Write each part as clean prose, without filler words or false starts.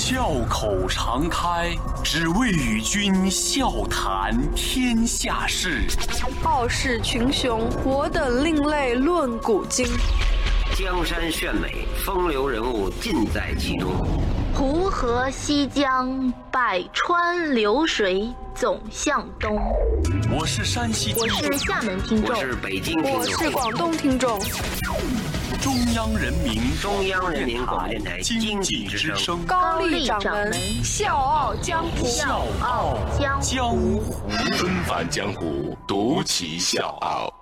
笑口常开，只为与君笑谈天下事。 傲视群雄，我等另类论古今。 江山炫美，风流人物尽在其中。 湖河西江，百川流水总向东。 我是山西听众， 我是厦门听众， 我是北京听众， 我是广东听众。 中央人民广播电台经济之声， 高丽掌门笑傲江湖， 笑傲江湖， 纷繁江湖，独骑笑傲。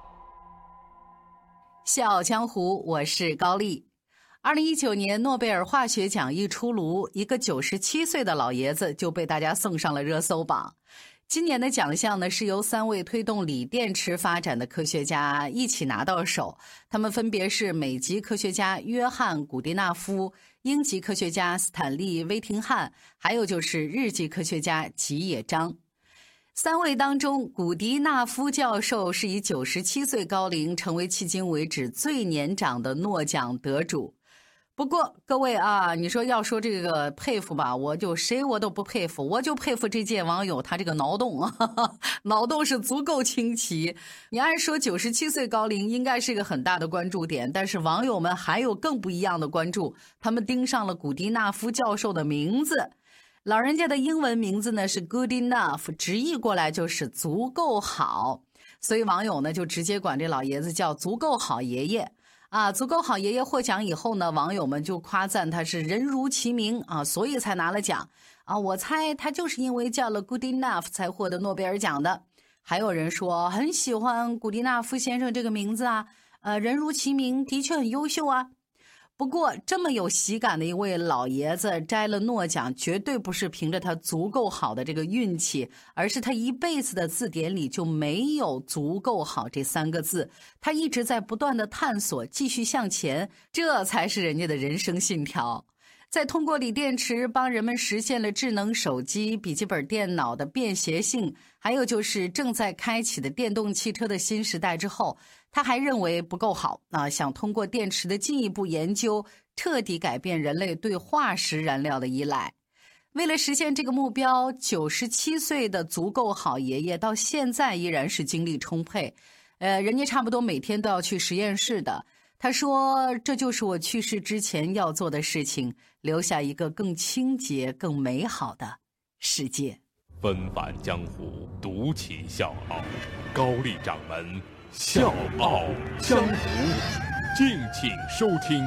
笑傲江湖，我是高丽。2019年诺贝尔化学奖一出炉，一个97岁的老爷子就被大家送上了热搜榜。今年的奖项呢，是由3位推动锂电池发展的科学家一起拿到手，他们分别是美籍科学家约翰·古迪纳夫、英籍科学家斯坦利·威廷汉，还有就是日籍科学家吉野彰。3位当中，古迪纳夫教授是以97岁高龄成为迄今为止最年长的诺奖得主。不过各位啊，你说要说这个佩服吧，谁我都不佩服，我就佩服这届网友他这个脑洞啊，脑洞是足够清奇。你按说97岁高龄应该是一个很大的关注点，但是网友们还有更不一样的关注，他们盯上了古迪纳夫教授的名字。老人家的英文名字呢是 Good Enough， 直译过来就是足够好，所以网友呢就直接管这老爷子叫足够好爷爷。足够好爷爷获奖以后呢，网友们就夸赞他是人如其名啊，所以才拿了奖啊。我猜他就是因为叫了 Good Enough 才获得诺贝尔奖的。还有人说很喜欢古迪纳夫先生这个名字啊，人如其名，的确很优秀啊。不过这么有喜感的一位老爷子摘了诺奖，绝对不是凭着他足够好的这个运气，而是他一辈子的字典里就没有足够好这3个字，他一直在不断的探索，继续向前，这才是人家的人生信条。在通过锂电池帮人们实现了智能手机、笔记本电脑的便携性，还有就是正在开启的电动汽车的新时代之后，他还认为不够好想通过电池的进一步研究，彻底改变人类对化石燃料的依赖。为了实现这个目标，97岁的足够好爷爷到现在依然是精力充沛，人家差不多每天都要去实验室的。他说，这就是我去世之前要做的事情，留下一个更清洁、更美好的世界。 纷繁江湖，独骑笑傲，高丽掌门笑傲江湖，敬请收听。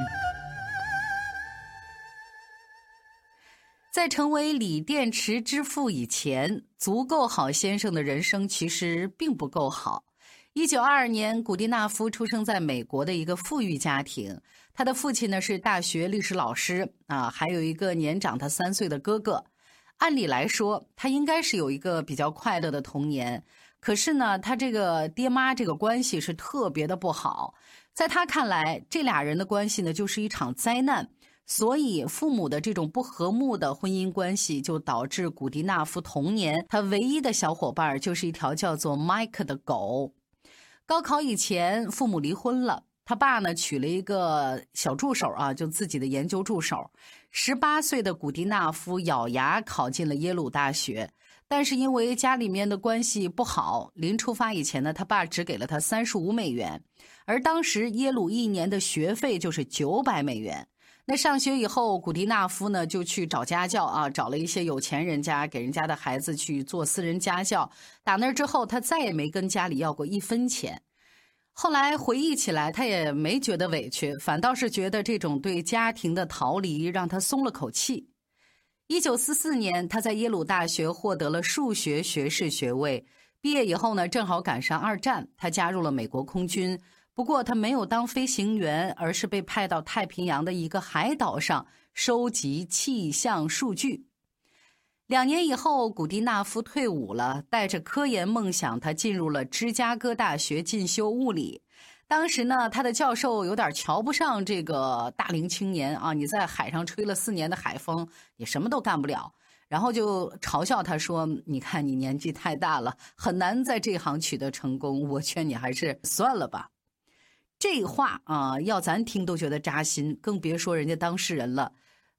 在成为锂电池之父以前，足够好先生的人生其实并不够好。1922年，古迪纳夫出生在美国的一个富裕家庭，他的父亲呢是大学历史老师还有一个年长他3岁的哥哥。按理来说，他应该是有一个比较快乐的童年，可是呢，他这个爹妈这个关系是特别的不好。在他看来，这俩人的关系呢就是一场灾难，所以父母的这种不和睦的婚姻关系就导致古迪纳夫童年他唯一的小伙伴就是一条叫做麦克的狗。高考以前，父母离婚了，他爸呢娶了一个小助手就自己的研究助手。18岁的古迪纳夫咬牙考进了耶鲁大学，但是因为家里面的关系不好，临出发以前呢，他爸只给了他35美元，而当时耶鲁1年的学费就是900美元。那上学以后，古迪纳夫呢就去找家教找了一些有钱人家，给人家的孩子去做私人家教。打那之后，他再也没跟家里要过1分钱。后来回忆起来，他也没觉得委屈，反倒是觉得这种对家庭的逃离让他松了口气。1944年，他在耶鲁大学获得了数学学士学位。毕业以后呢，正好赶上2战，他加入了美国空军。不过他没有当飞行员，而是被派到太平洋的一个海岛上收集气象数据。2年以后，古迪纳夫退伍了，带着科研梦想，他进入了芝加哥大学进修物理。当时呢，他的教授有点瞧不上这个大龄青年你在海上吹了4年的海风，你什么都干不了。然后就嘲笑他说，你看你年纪太大了，很难在这行取得成功，我劝你还是算了吧。这话要咱听都觉得扎心，更别说人家当事人了。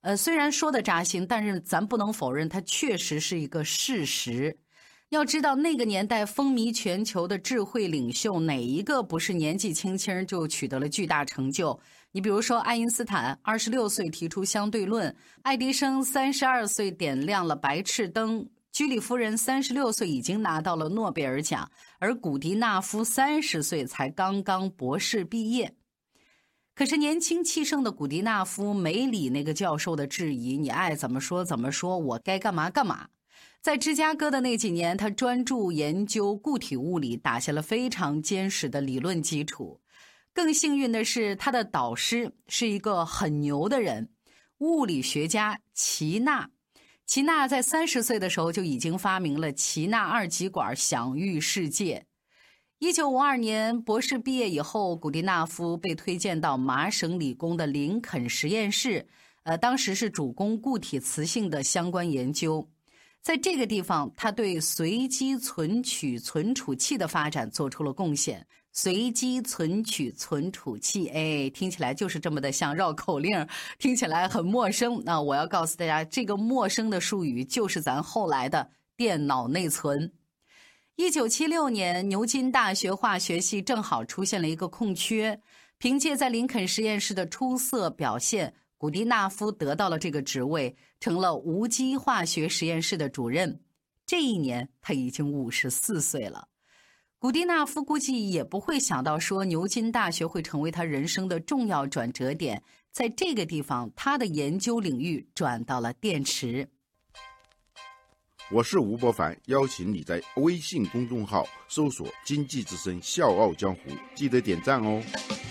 虽然说的扎心，但是咱不能否认它确实是一个事实。要知道那个年代风靡全球的智慧领袖，哪一个不是年纪轻轻就取得了巨大成就？你比如说爱因斯坦26岁提出相对论，爱迪生32岁点亮了白炽灯，居里夫人36岁已经拿到了诺贝尔奖，而古迪纳夫30岁才刚刚博士毕业。可是年轻气盛的古迪纳夫没理那个教授的质疑，你爱怎么说怎么说，我该干嘛干嘛。在芝加哥的那几年，他专注研究固体物理，打下了非常坚实的理论基础。更幸运的是，他的导师是一个很牛的人，物理学家齐纳。齐纳在30岁的时候就已经发明了齐纳二极管，享誉世界。1952年博士毕业以后，古迪纳夫被推荐到麻省理工的林肯实验室，当时是主攻固体磁性的相关研究。在这个地方，他对随机存取存储器的发展做出了贡献。随机存取存储器，听起来就是这么的像绕口令，听起来很陌生。那我要告诉大家，这个陌生的术语就是咱后来的电脑内存。1976年，牛津大学化学系正好出现了一个空缺，凭借在林肯实验室的出色表现，古迪纳夫得到了这个职位，成了无机化学实验室的主任。这一年他已经54岁了。古迪纳夫估计也不会想到说牛津大学会成为他人生的重要转折点，在这个地方他的研究领域转到了电池。 我是吴伯凡，邀请你在微信公众号搜索经济之声笑傲江湖，记得点赞哦。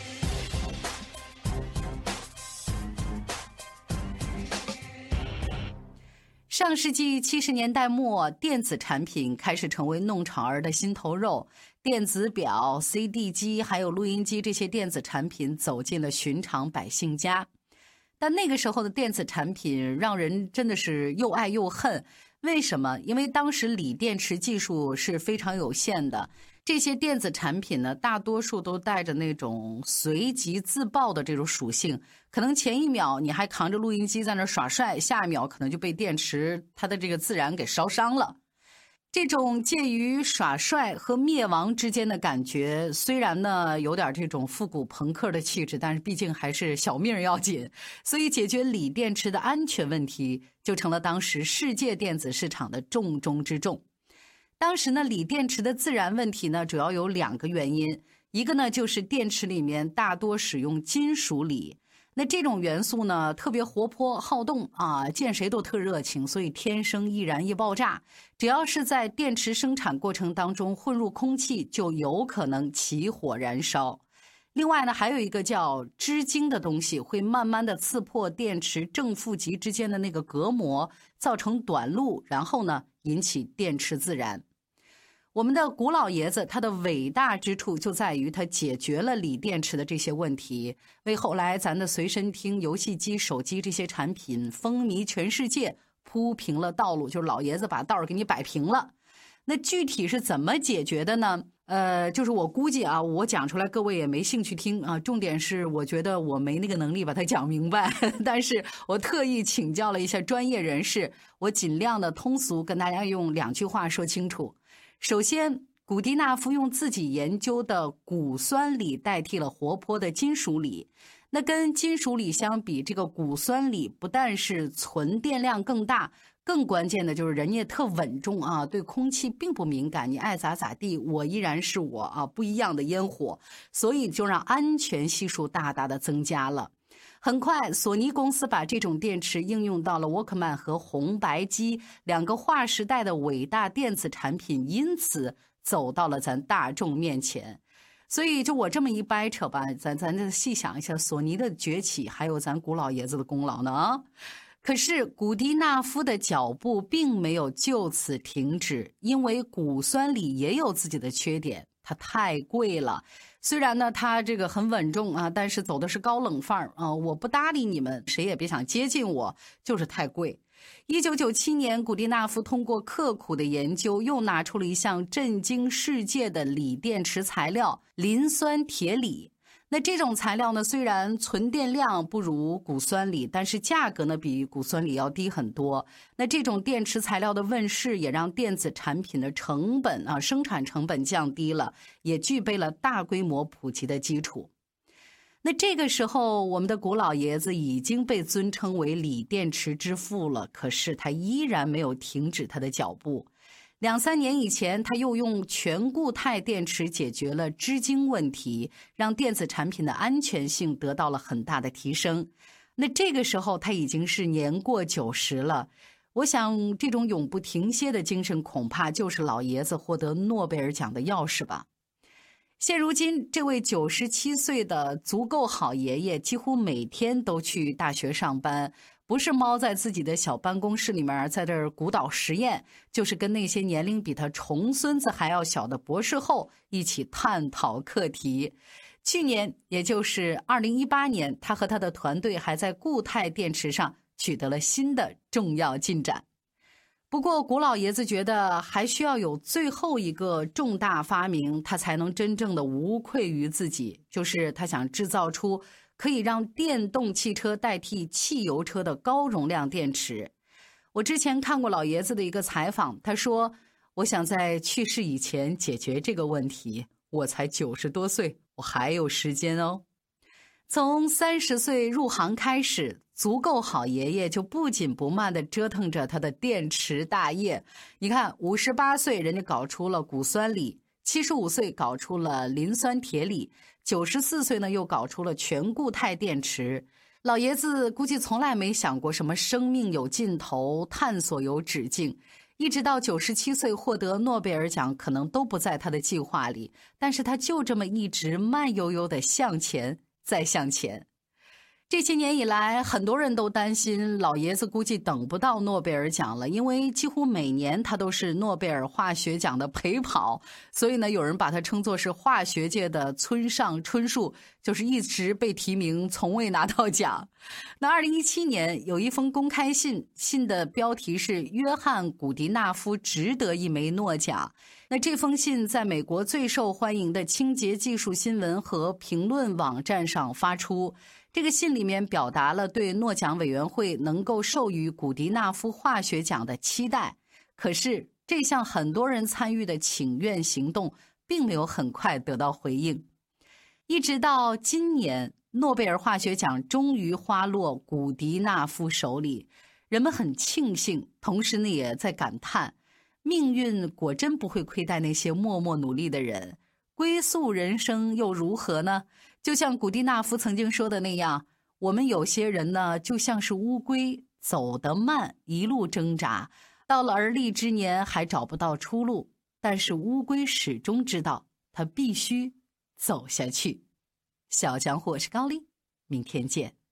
上世纪70年代末，电子产品开始成为弄潮儿的心头肉，电子表、CD 机还有录音机这些电子产品走进了寻常百姓家。但那个时候的电子产品让人真的是又爱又恨。为什么？因为当时锂电池技术是非常有限的，这些电子产品呢，大多数都带着那种随机自爆的这种属性，可能前一秒你还扛着录音机在那耍帅，下一秒可能就被电池它的这个自燃给烧伤了。这种介于耍帅和灭亡之间的感觉，虽然呢有点这种复古朋克的气质，但是毕竟还是小命要紧，所以解决锂电池的安全问题就成了当时世界电子市场的重中之重。当时呢，锂电池的自燃问题呢主要有2个原因，一个呢就是电池里面大多使用金属锂，那这种元素呢特别活泼好动啊，见谁都特热情，所以天生易燃易爆炸，只要是在电池生产过程当中混入空气，就有可能起火燃烧。另外呢，还有一个叫支晶的东西，会慢慢的刺破电池正负极之间的那个隔膜，造成短路，然后呢引起电池自燃。我们的古老爷子他的伟大之处就在于他解决了锂电池的这些问题，为后来咱的随身听、游戏机、手机这些产品风靡全世界铺平了道路，就是老爷子把道给你摆平了。那具体是怎么解决的呢？就是我估计啊，我讲出来各位也没兴趣听啊。重点是我觉得我没那个能力把它讲明白，但是我特意请教了一下专业人士，我尽量的通俗跟大家用2句话说清楚。首先，古迪纳夫用自己研究的钴酸锂代替了活泼的金属锂。那跟金属锂相比，这个钴酸锂不但是存电量更大，更关键的就是人家特稳重啊，对空气并不敏感，你爱咋咋地，我依然是我啊，不一样的烟火，所以就让安全系数大大的增加了。很快，索尼公司把这种电池应用到了沃克曼和红白机2个划时代的伟大电子产品，因此走到了咱大众面前。所以就我这么一掰扯吧，咱再细想一下索尼的崛起，还有咱古老爷子的功劳呢啊！可是古迪纳夫的脚步并没有就此停止，因为钴酸锂也有自己的缺点，它太贵了。虽然呢它这个很稳重啊，但是走的是高冷范儿啊，我不搭理你们，谁也别想接近我，就是太贵。1997年，古迪纳夫通过刻苦的研究，又拿出了一项震惊世界的锂电池材料——磷酸铁锂。 那这种材料呢，虽然存电量不如钴酸锂，但是价格呢比钴酸锂要低很多。那这种电池材料的问世，也让电子产品的成本生产成本降低了，也具备了大规模普及的基础。那这个时候，我们的古老爷子已经被尊称为锂电池之父了，可是他依然没有停止他的脚步。2-3年以前，他又用全固态电池解决了支晶问题，让电子产品的安全性得到了很大的提升。那这个时候他已经是年过90了，我想这种永不停歇的精神恐怕就是老爷子获得诺贝尔奖的钥匙吧。现如今，这位97岁的足够好爷爷几乎每天都去大学上班，不是猫在自己的小办公室里面在这儿鼓捣实验，就是跟那些年龄比他重孙子还要小的博士后一起探讨课题。去年，也就是2018年，他和他的团队还在固态电池上取得了新的重要进展。不过，古老爷子觉得还需要有最后一个重大发明，他才能真正的无愧于自己，就是他想制造出可以让电动汽车代替汽油车的高容量电池。我之前看过老爷子的一个采访，他说：“我想在去世以前解决这个问题，我才90多岁，我还有时间哦。”从30岁入行开始，足够好爷爷就不紧不慢地折腾着他的电池大业。你看，58岁人家搞出了钴酸锂，75岁搞出了磷酸铁锂，94岁呢又搞出了全固态电池。老爷子估计从来没想过什么生命有尽头，探索有止境。一直到97岁获得诺贝尔奖，可能都不在他的计划里，但是他就这么一直慢悠悠地向前再向前。这些年以来，很多人都担心老爷子估计等不到诺贝尔奖了，因为几乎每年他都是诺贝尔化学奖的陪跑，所以呢，有人把他称作是化学界的村上春树，就是一直被提名，从未拿到奖。那2017年有一封公开信，信的标题是约翰·古迪纳夫值得一枚诺奖。那这封信在美国最受欢迎的清洁技术新闻和评论网站上发出。这个信里面表达了对诺奖委员会能够授予古迪纳夫化学奖的期待，可是这项很多人参与的请愿行动并没有很快得到回应。一直到今年，诺贝尔化学奖终于花落古迪纳夫手里，人们很庆幸，同时呢也在感叹，命运果真不会亏待那些默默努力的人，归宿人生又如何呢？就像古迪纳夫曾经说的那样，我们有些人呢，就像是乌龟，走得慢，一路挣扎，到了而立之年还找不到出路，但是乌龟始终知道，它必须走下去。小江湖，我是高丽，明天见。